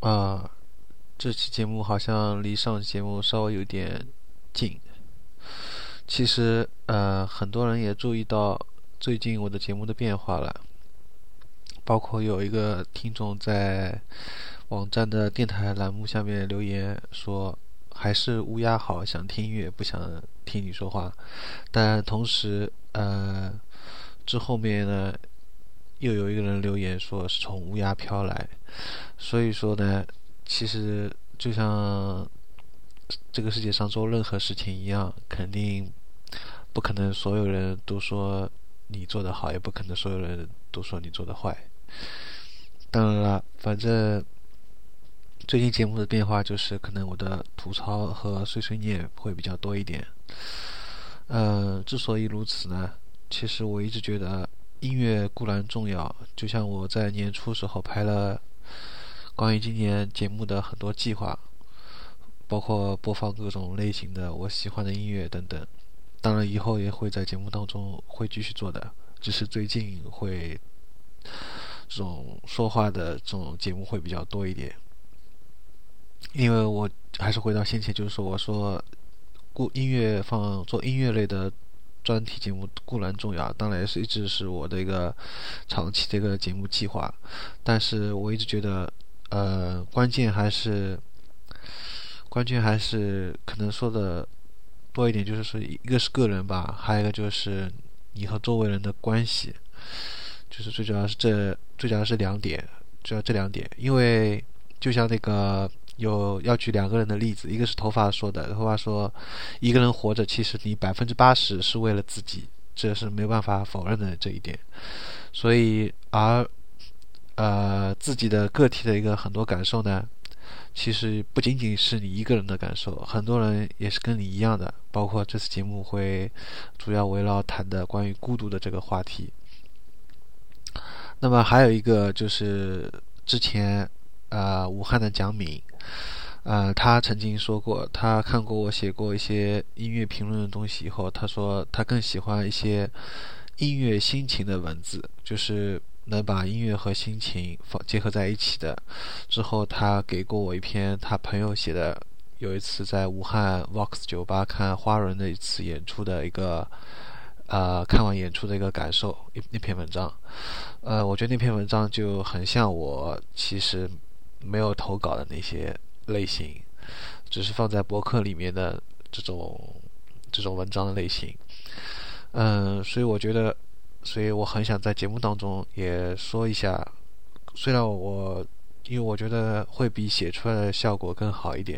啊，这期节目好像离上期节目稍微有点近。其实，很多人也注意到最近我的节目的变化了，包括有一个听众在网站的电台栏目下面留言说，还是乌鸦好，想听音乐，不想听你说话。但同时，之后面呢，又有一个人留言说是从乌鸦飘来，所以说呢，其实就像这个世界上做任何事情一样，肯定不可能所有人都说你做得好，也不可能所有人都说你做得坏。当然了，反正最近节目的变化就是可能我的吐槽和碎碎念会比较多一点。之所以如此呢，其实我一直觉得音乐固然重要，就像我在年初时候拍了关于今年节目的很多计划，包括播放各种类型的我喜欢的音乐等等。当然，以后也会在节目当中会继续做的，只是最近会这种说话的这种节目会比较多一点。因为我还是回到先前，就是说我说做音乐类的专题节目固然重要，当然也是一直是我的一个长期的一个节目计划，但是我一直觉得，关键还是可能说的多一点，就是说一个是个人吧，还有一个就是你和周围人的关系，就是最主要是两点，主要这两点，因为就像那个要举两个人的例子，一个是头发说的，头发说一个人活着，其实你80%是为了自己，这是没有办法否认的这一点。所以自己的个体的一个很多感受呢，其实不仅仅是你一个人的感受，很多人也是跟你一样的。包括这次节目会主要围绕谈的关于孤独的这个话题。那么还有一个就是之前武汉的蒋敏，他曾经说过，他看过我写过一些音乐评论的东西以后，他说他更喜欢一些音乐心情的文字，就是能把音乐和心情结合在一起的。之后他给过我一篇他朋友写的，有一次在武汉 Vox 酒吧看花轮的一次演出的一个看完演出的一个感受，那篇文章。我觉得那篇文章就很像我其实没有投稿的那些类型，只是放在博客里面的这种文章的类型。所以我觉得，所以我很想在节目当中也说一下，虽然因为我觉得会比写出来的效果更好一点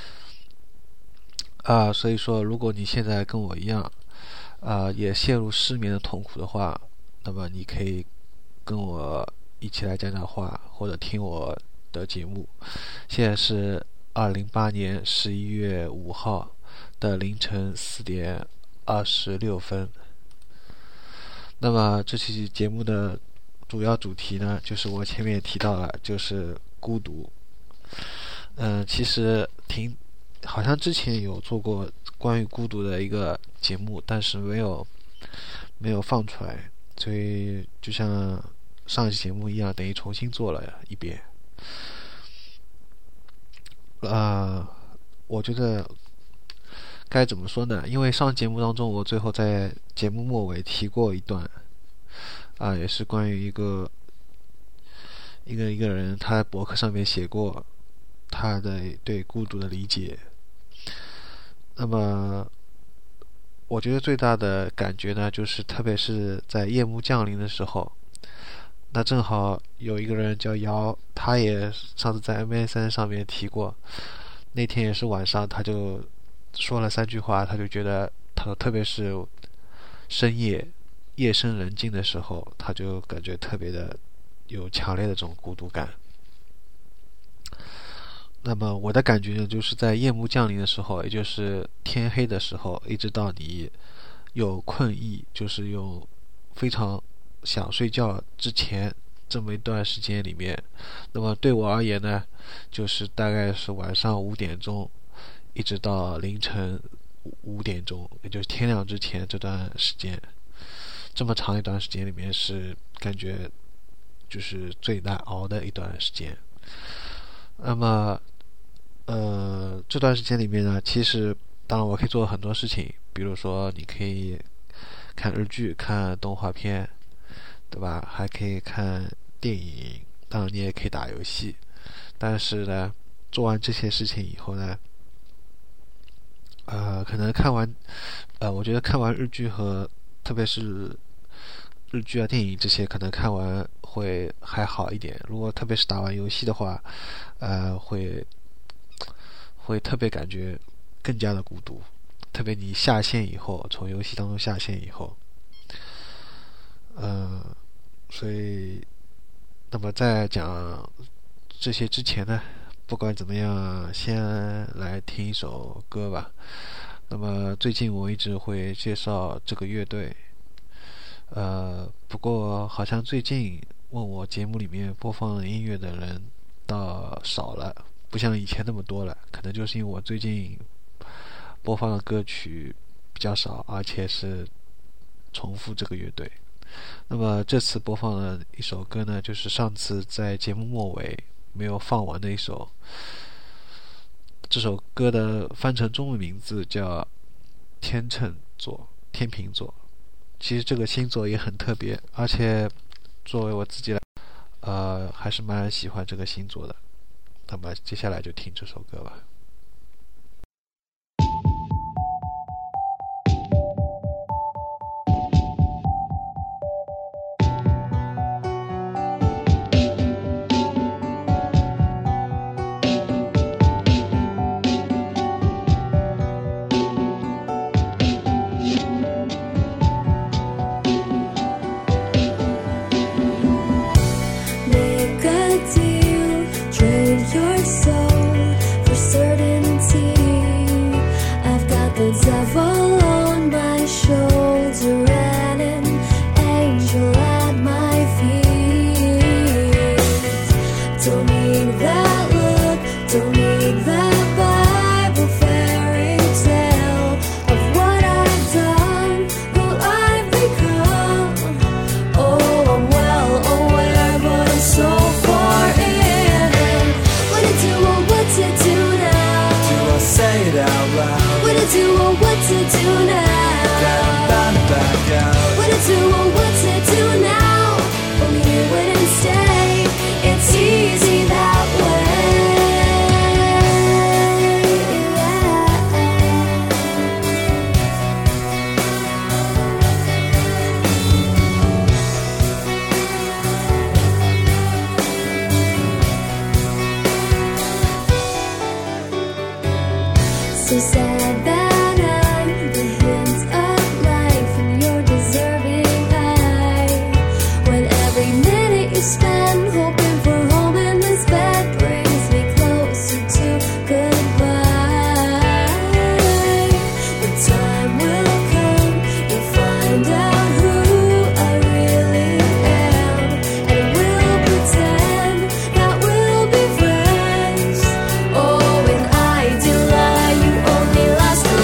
所以说如果你现在跟我一样也陷入失眠的痛苦的话，那么你可以跟我一起来讲讲话，或者听我的节目。现在是2008年11月5号的凌晨4:26。那么这期节目的主要主题呢，就是我前面也提到了，就是孤独。其实好像之前有做过关于孤独的一个节目，但是没有放出来，所以就像上一期节目一样，等于重新做了一遍。我觉得该怎么说呢？因为上节目当中，我最后在节目末尾提过一段，也是关于一个人，他在博客上面写过他的对孤独的理解。那么，我觉得最大的感觉呢，就是特别是在夜幕降临的时候，那正好有一个人叫姚，他也上次在 MSN 上面提过，那天也是晚上，他就说了3句话，他就觉得，他说特别是深夜夜深人静的时候，他就感觉特别的有强烈的这种孤独感。那么我的感觉呢，就是在夜幕降临的时候，也就是天黑的时候，一直到你有困意，就是有非常想睡觉之前这么一段时间里面。那么对我而言呢，就是大概是晚上5点钟一直到凌晨5点钟，也就是天亮之前这段时间，这么长一段时间里面是感觉就是最难熬的一段时间。 那么这段时间里面呢，其实当然我可以做很多事情，比如说你可以看日剧、看动画片，对吧？还可以看电影，当然你也可以打游戏。但是呢，做完这些事情以后呢，可能看完，我觉得看完日剧和特别是日剧啊、电影这些，可能看完会还好一点。如果特别是打完游戏的话，会特别感觉更加的孤独。特别你下线以后，从游戏当中下线以后，所以，那么在讲这些之前呢，不管怎么样，先来听一首歌吧。那么最近我一直会介绍这个乐队，不过好像最近问我节目里面播放音乐的人倒少了，不像以前那么多了。可能就是因为我最近播放的歌曲比较少，而且是重复这个乐队。那么这次播放的一首歌呢，就是上次在节目末尾没有放完的一首。这首歌的翻成中文名字叫天秤座、天秤座。其实这个星座也很特别，而且作为我自己来，还是蛮喜欢这个星座的。那么接下来就听这首歌吧。 So sad that I'm the hint of life and you're deserving I. When every minute you spend hoping for home in this bed brings me closer to goodbye. The time will come, you'll find out who I really am, and we'll pretend that we'll be friends. Oh, when I do lie, you only last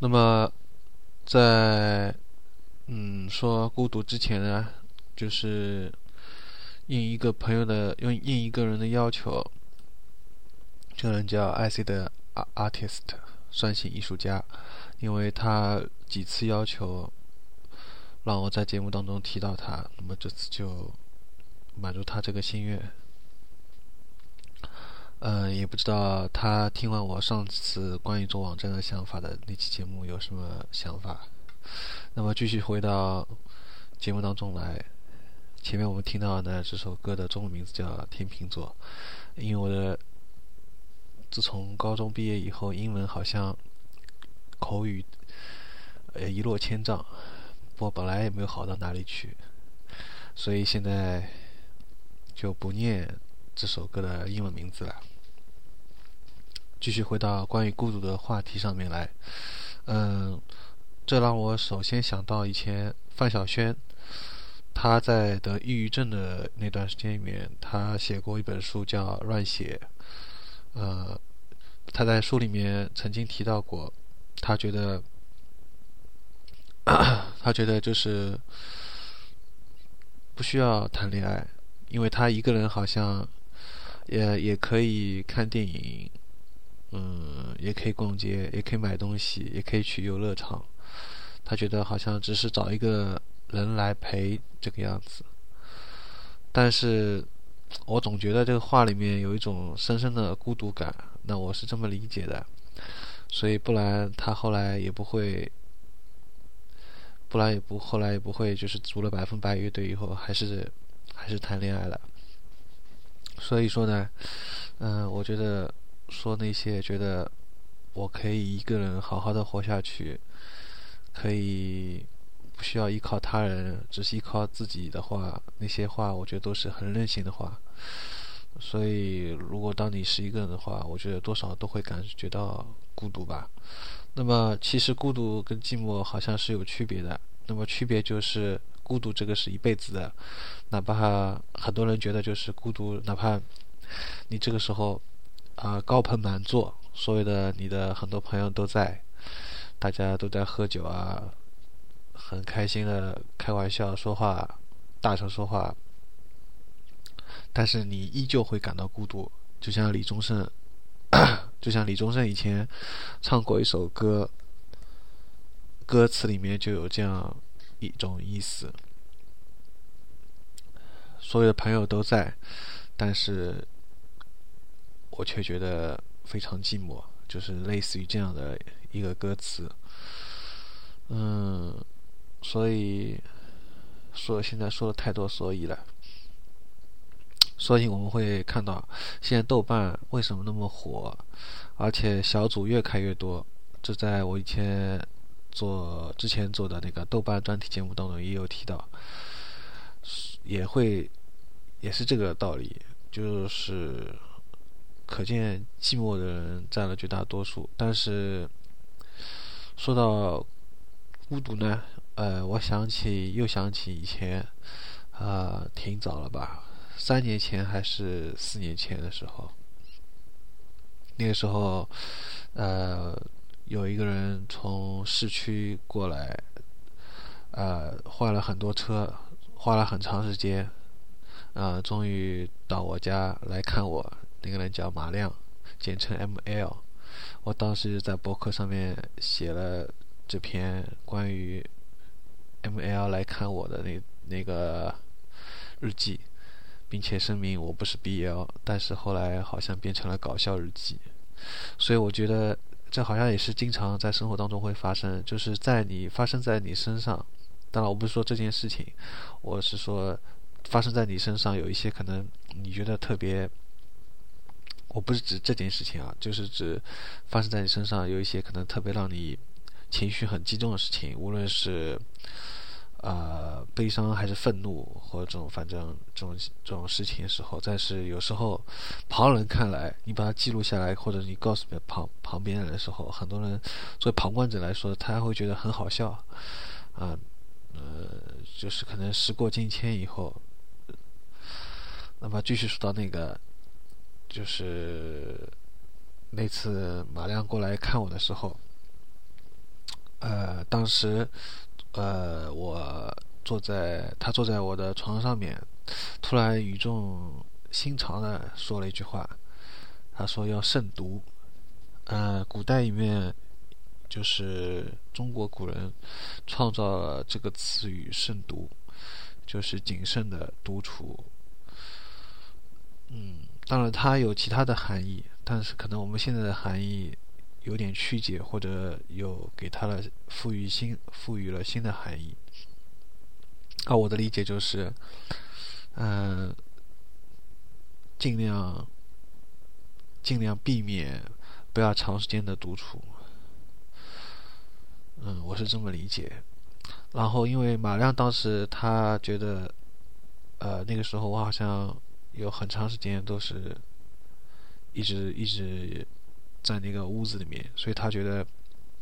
那么在说孤独之前呢，就是应一个人的要求，这个人叫 IC 的 artist 算性艺术家，因为他几次要求让我在节目当中提到他，那么这次就满足他这个心愿。也不知道他听完我上次关于做网站的想法的那期节目有什么想法。那么继续回到节目当中来，前面我们听到的这首歌的中文名字叫《天秤座》，因为自从高中毕业以后，英文好像口语一落千丈，不过本来也没有好到哪里去，所以现在就不念这首歌的英文名字了。继续回到关于孤独的话题上面来，这让我首先想到以前范晓萱，他在得抑郁症的那段时间里面，他写过一本书叫《乱写》。他在书里面曾经提到过，他觉得就是不需要谈恋爱，因为他一个人好像也可以看电影，也可以逛街，也可以买东西，也可以去游乐场。他觉得好像只是找一个人来陪这个样子。但是我总觉得这个话里面有一种深深的孤独感，那我是这么理解的。所以不然他后来也不会就是组了100%乐队以后还是谈恋爱了。所以说呢，我觉得说那些觉得我可以一个人好好的活下去，可以不需要依靠他人，只是依靠自己的话，那些话我觉得都是很任性的话。所以如果当你是一个人的话，我觉得多少都会感觉到孤独吧。那么其实孤独跟寂寞好像是有区别的，那么区别就是孤独这个是一辈子的，哪怕很多人觉得就是孤独，哪怕你这个时候高朋满座，所有的你的很多朋友都在，大家都在喝酒啊，很开心的开玩笑说话，大声说话，但是你依旧会感到孤独。就像李宗盛以前唱过一首歌，歌词里面就有这样一种意思，所有的朋友都在，但是我却觉得非常寂寞，就是类似于这样的一个歌词。所以现在说了太多所以了。所以我们会看到现在豆瓣为什么那么火，而且小组越开越多。这在我之前做的那个豆瓣专题节目当中也有提到，也是这个道理，就是可见寂寞的人占了绝大多数。但是说到孤独呢，我又想起以前挺早了吧，3年前还是4年前的时候，那个时候有一个人从市区过来，换了很多车，花了很长时间，终于到我家来看我。那个人叫马亮，简称 ML。 我当时在博客上面写了这篇关于 ML 来看我的那个日记，并且声明我不是 BL， 但是后来好像变成了搞笑日记。所以我觉得这好像也是经常在生活当中会发生，就是发生在你身上。当然我不是说这件事情，我是说发生在你身上有一些可能你觉得特别，我不是指这件事情啊，就是指发生在你身上有一些可能特别让你情绪很激动的事情，无论是悲伤还是愤怒，或者反正这种事情的时候，但是有时候旁人看来，你把它记录下来，或者你告诉旁边人的时候，很多人作为旁观者来说，他还会觉得很好笑就是可能时过境迁以后。那么继续说到那个，就是那次马亮过来看我的时候， 当时他坐在我的床上面，突然语重心长的说了一句话，他说要慎独。古代里面就是中国古人创造了这个词语慎独，就是谨慎的独处。当然它有其他的含义，但是可能我们现在的含义有点曲解，或者有给它赋予了新的含义。我的理解就是，尽量避免不要长时间的独处。我是这么理解。然后因为马亮当时他觉得，那个时候我好像有很长时间都是一直在那个屋子里面，所以他觉得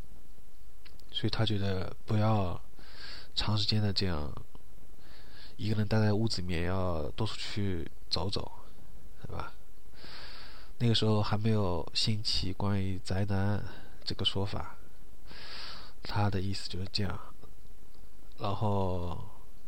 不要长时间的这样一个人待在屋子里面，要多出去走走，对吧？那个时候还没有兴起关于宅男这个说法，他的意思就是这样。然后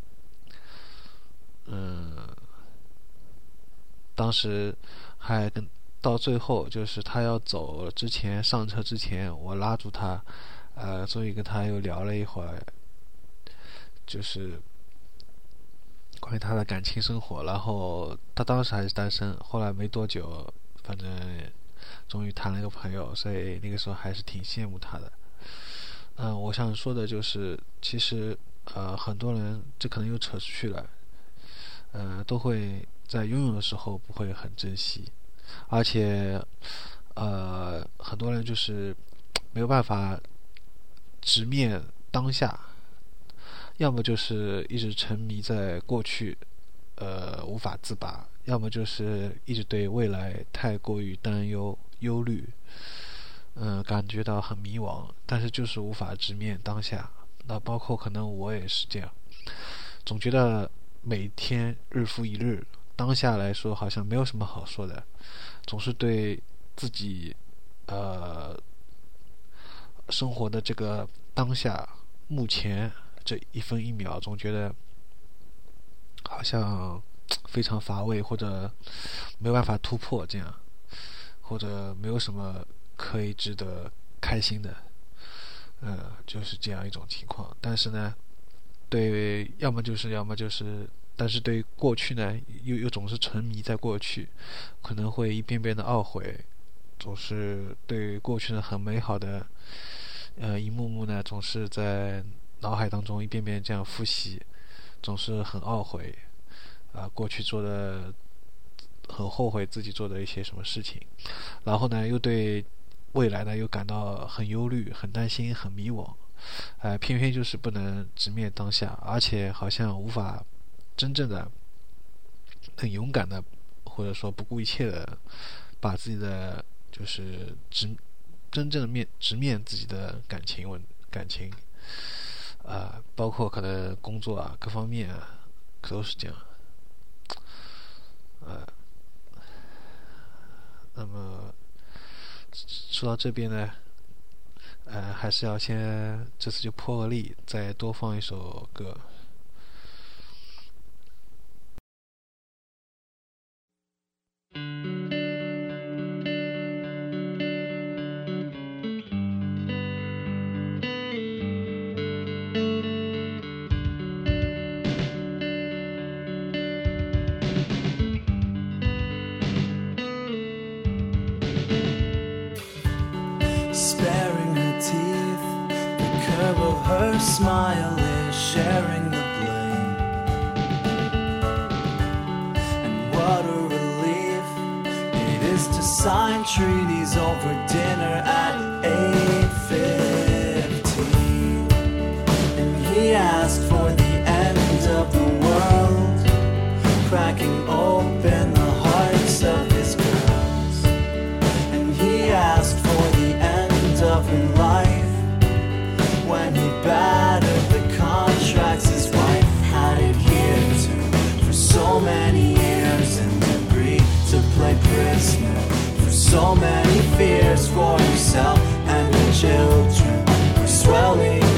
当时还到最后，就是他要走之前，上车之前，我拉住他，终于跟他又聊了一会儿，就是关于他的感情生活。然后他当时还是单身，后来没多久，反正终于谈了个朋友，所以那个时候还是挺羡慕他的。我想说的就是，其实很多人这可能又扯出去了，都会在拥有的时候不会很珍惜，而且很多人就是没有办法直面当下，要么就是一直沉迷在过去，无法自拔，要么就是一直对未来太过于担忧忧虑，感觉到很迷惘，但是就是无法直面当下。那包括可能我也是这样，总觉得每天日复一日，当下来说好像没有什么好说的，总是对自己生活的这个当下目前这一分一秒，总觉得好像非常乏味，或者没有办法突破这样，或者没有什么可以值得开心的，就是这样一种情况。但是呢，要么就是，但是对过去呢，又总是沉迷在过去，可能会一遍遍的懊悔，总是对过去的很美好的一幕幕呢，总是在脑海当中一遍遍这样复习，总是很懊悔过去做的，很后悔自己做的一些什么事情，然后呢又对未来呢又感到很忧虑、很担心、很迷惘，偏偏就是不能直面当下，而且好像无法真正的很勇敢的，或者说不顾一切的把自己的就是真正的直面自己的感情，包括可能工作各方面可都是这样。那么说到这边呢，还是要这次就破个例，再多放一首歌。 Sparing her teeth, the curve of her smile is sharing the blame. And what a relief it is to sign treaties over dinner at 8:15. And he asked for the end of the world, cracking open the hearts of his girls. And he asked for the end of her life, when he battered the contracts his wife had adhered to for so many years, and agreed to play prisoner for so many fears for himself and the children were swelling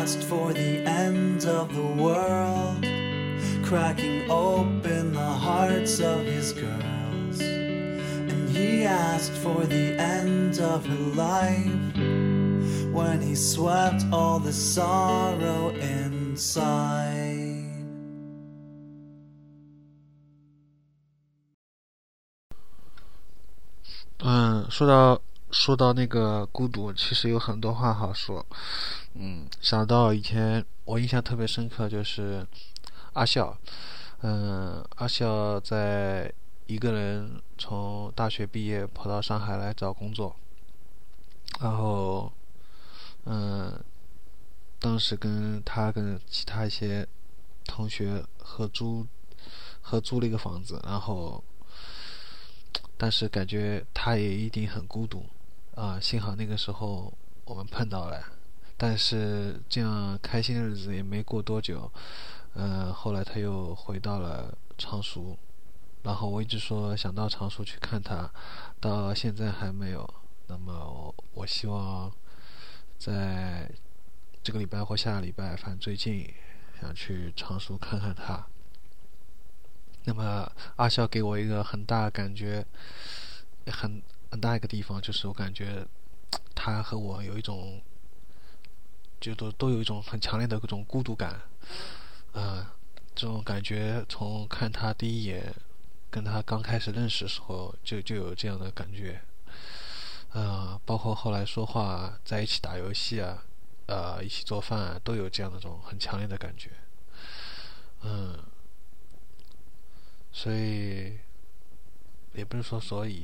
asked for the end of the world, cracking open the hearts of his girls. And he asked for the end of her life when he swept all the sorrow inside. 说到那个孤独，其实有很多话好说。想到以前我印象特别深刻，就是阿笑。阿笑在一个人从大学毕业跑到上海来找工作，然后当时跟其他一些同学合租了一个房子，然后但是感觉他也一定很孤独幸好那个时候我们碰到了，但是这样开心的日子也没过多久，后来他又回到了常熟，然后我一直说想到常熟去看他，到现在还没有。那么我希望在这个礼拜或下个礼拜，反正最近想去常熟看看他。那么阿笑给我一个很大的感觉，很大一个地方，就是我感觉他和我有一种就都有一种很强烈的这种孤独感。这种感觉从看他第一眼跟他刚开始认识的时候就有这样的感觉。包括后来说话在一起打游戏一起做饭都有这样的这种很强烈的感觉。所以也不是说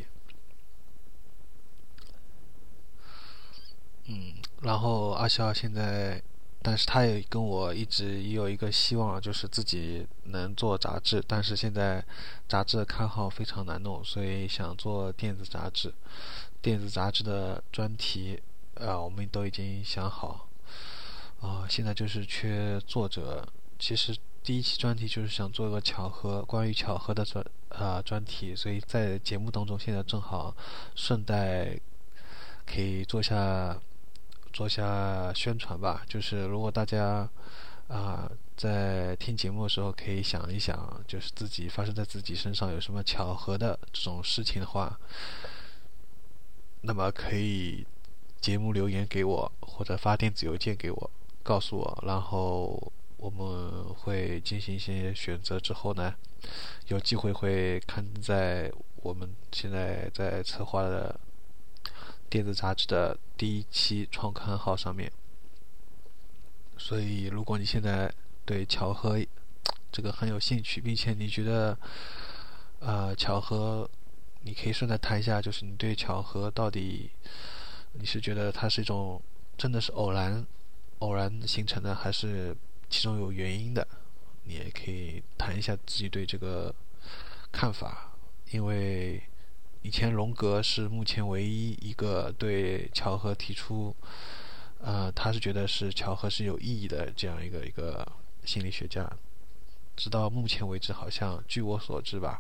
然后阿笑现在，但是他也跟我一直也有一个希望，就是自己能做杂志，但是现在杂志的刊号非常难弄，所以想做电子杂志。电子杂志的专题我们都已经想好，现在就是缺作者。其实第一期专题就是想做个关于巧合的专题，所以在节目当中现在正好顺带可以做下宣传吧。就是如果大家在听节目的时候可以想一想，就是自己发生在自己身上有什么巧合的这种事情的话，那么可以节目留言给我，或者发电子邮件给我，告诉我，然后我们会进行一些选择，之后呢有机会会刊在我们现在在策划的电子杂志的第一期创刊号上面。所以如果你现在对巧合这个很有兴趣，并且你觉得巧合，你可以顺带谈一下，就是你对巧合到底你是觉得它是一种真的是偶然形成的，还是其中有原因的？你也可以谈一下自己对这个看法。因为以前荣格是目前唯一一个对巧合提出他是觉得是巧合是有意义的这样一个心理学家，直到目前为止好像据我所知吧。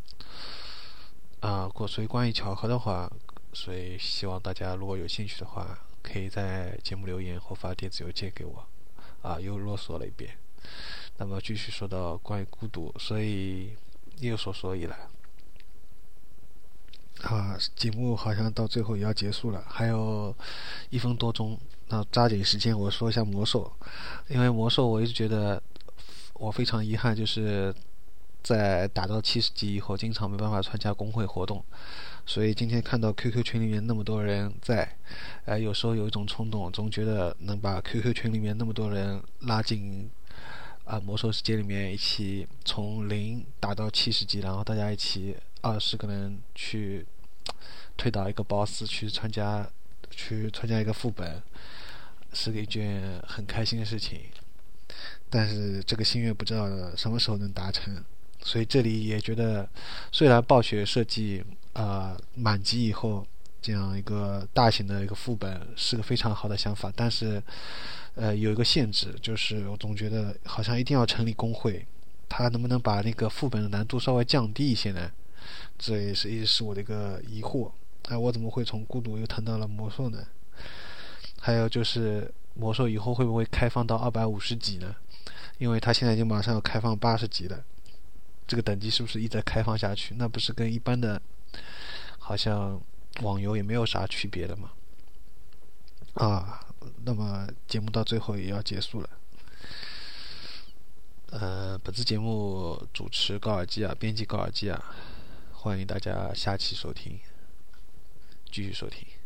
所以关于巧合的话，所以希望大家如果有兴趣的话，可以在节目留言或发电子邮件给我。又啰嗦了一遍。那么继续说到关于孤独，所以又所以了。节目好像到最后也要结束了，还有1分多钟，那抓紧时间我说一下魔兽。因为魔兽我一直觉得我非常遗憾，就是在打到70级以后经常没办法参加公会活动，所以今天看到 QQ 群里面那么多人在，有时候有一种冲动，总觉得能把 QQ 群里面那么多人拉进魔兽世界里面，一起从0打到70级，然后大家一起20个人去推倒一个 boss， 去参加一个副本，是一件很开心的事情。但是这个心愿不知道什么时候能达成，所以这里也觉得，虽然暴雪设计满级以后这样一个大型的一个副本是个非常好的想法，但是有一个限制，就是我总觉得好像一定要成立工会，他能不能把那个副本的难度稍微降低一些呢？这也是一直是我的一个疑惑。我怎么会从孤独又谈到了魔兽呢？还有就是魔兽以后会不会开放到250级呢？因为它现在就马上要开放80级了，这个等级是不是一直开放下去？那不是跟一般的好像网游也没有啥区别的嘛？那么节目到最后也要结束了。本次节目主持高尔基亚，编辑高尔基亚，欢迎大家下期收听，继续收听。